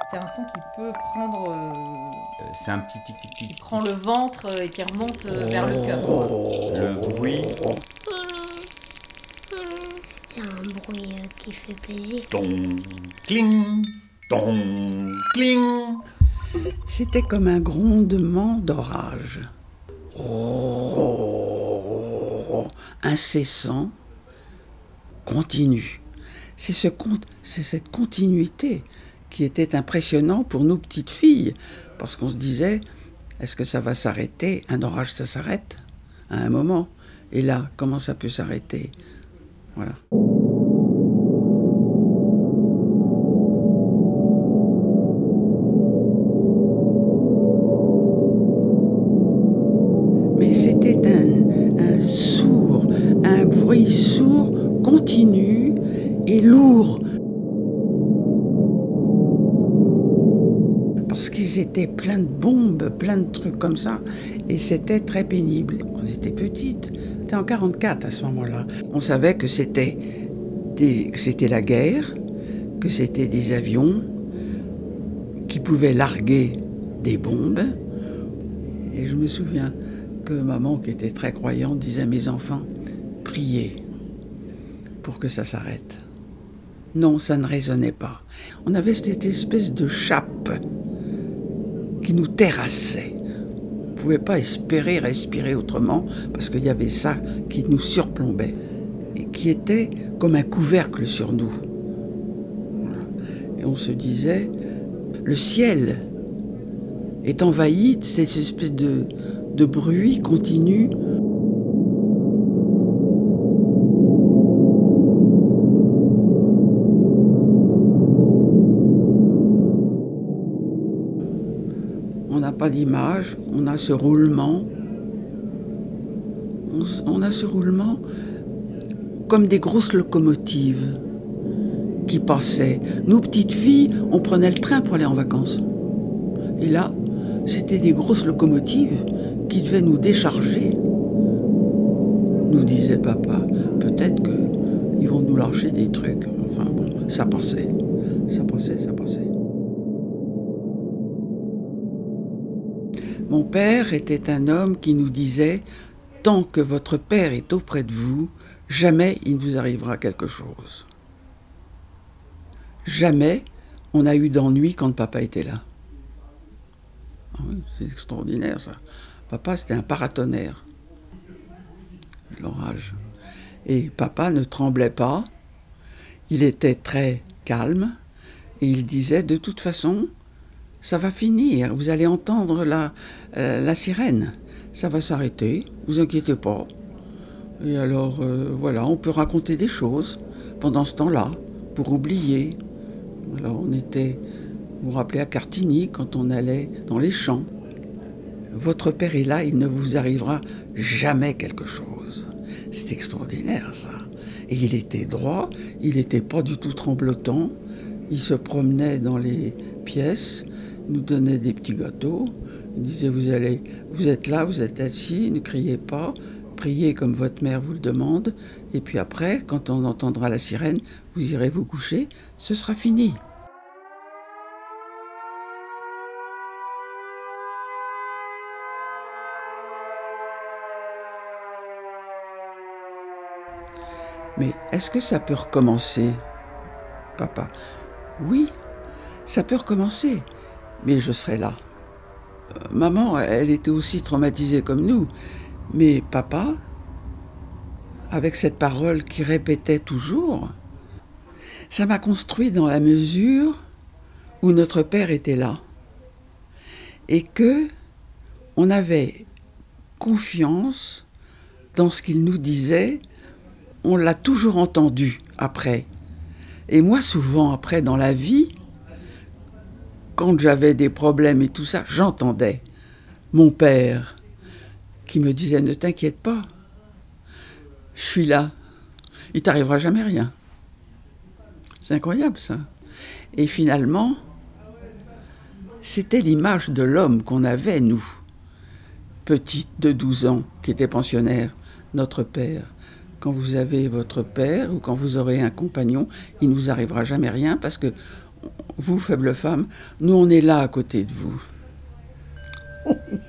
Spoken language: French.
C'est un son qui peut prendre... C'est un petit tic-tic-tic. Qui prend le ventre et qui remonte vers le cœur. Le bruit. C'est un bruit qui fait plaisir. Ton, cling, ton, cling. C'était comme un grondement d'orage. Incessant, continu. C'est cette continuité qui était impressionnant pour nous petites filles, parce qu'on se disait, est-ce que ça va s'arrêter? Un orage, ça s'arrête à un moment. Et là, comment ça peut s'arrêter? Voilà. Mais c'était un sourd, un bruit sourd, continu et lourd. Parce qu'ils étaient pleins de bombes, plein de trucs comme ça, et c'était très pénible. On était petites, c'était en 1944 à ce moment-là. On savait que c'était la guerre, que c'était des avions qui pouvaient larguer des bombes. Et je me souviens que maman, qui était très croyante, disait à mes enfants, priez pour que ça s'arrête. Non, ça ne résonnait pas. On avait cette espèce de chape qui nous terrassait. On ne pouvait pas espérer respirer autrement parce qu'il y avait ça qui nous surplombait et qui était comme un couvercle sur nous. Voilà. Et on se disait, le ciel est envahi de cette espèce de bruit continu. On n'a pas d'image, on a ce roulement. On a ce roulement comme des grosses locomotives qui passaient. Nous, petites filles, on prenait le train pour aller en vacances. Et là, c'était des grosses locomotives qui devaient nous décharger. Nous disait papa, peut-être qu'ils vont nous lâcher des trucs. Enfin bon, ça passait. Ça passait, ça passait. Mon père était un homme qui nous disait « Tant que votre père est auprès de vous, jamais il ne vous arrivera quelque chose. » Jamais on a eu d'ennui quand papa était là. Ah oui, c'est extraordinaire ça. Papa, c'était un paratonnerre. L'orage. Et papa ne tremblait pas. Il était très calme. Et il disait, de toute façon, ça va finir. Vous allez entendre la sirène. Ça va s'arrêter. Vous inquiétez pas. Et alors, voilà, on peut raconter des choses pendant ce temps-là, pour oublier. Alors, on était, vous vous rappelez, à Cartigny, quand on allait dans les champs. Votre père est là, il ne vous arrivera jamais quelque chose. C'est extraordinaire, ça. Et il était droit, il n'était pas du tout tremblotant. Il se promenait dans les pièces, nous donnait des petits gâteaux. Il disait, vous êtes là, vous êtes assis, ne criez pas, priez comme votre mère vous le demande. Et puis après, quand on entendra la sirène, vous irez vous coucher, ce sera fini. Mais est-ce que ça peut recommencer, papa? Oui, ça peut recommencer, mais je serai là. Maman, elle était aussi traumatisée comme nous, mais papa, avec cette parole qui répétait toujours, ça m'a construit dans la mesure où notre père était là et que on avait confiance dans ce qu'il nous disait. On l'a toujours entendu après. Et moi, souvent, après, dans la vie, quand j'avais des problèmes et tout ça, j'entendais mon père qui me disait « Ne t'inquiète pas, je suis là, il t'arrivera jamais rien. » C'est incroyable, ça. Et finalement, c'était l'image de l'homme qu'on avait, nous, petite de 12 ans, qui était pensionnaire, notre père. Quand vous avez votre père ou quand vous aurez un compagnon, il ne vous arrivera jamais rien parce que Vous, faible femme, nous on est là à côté de vous.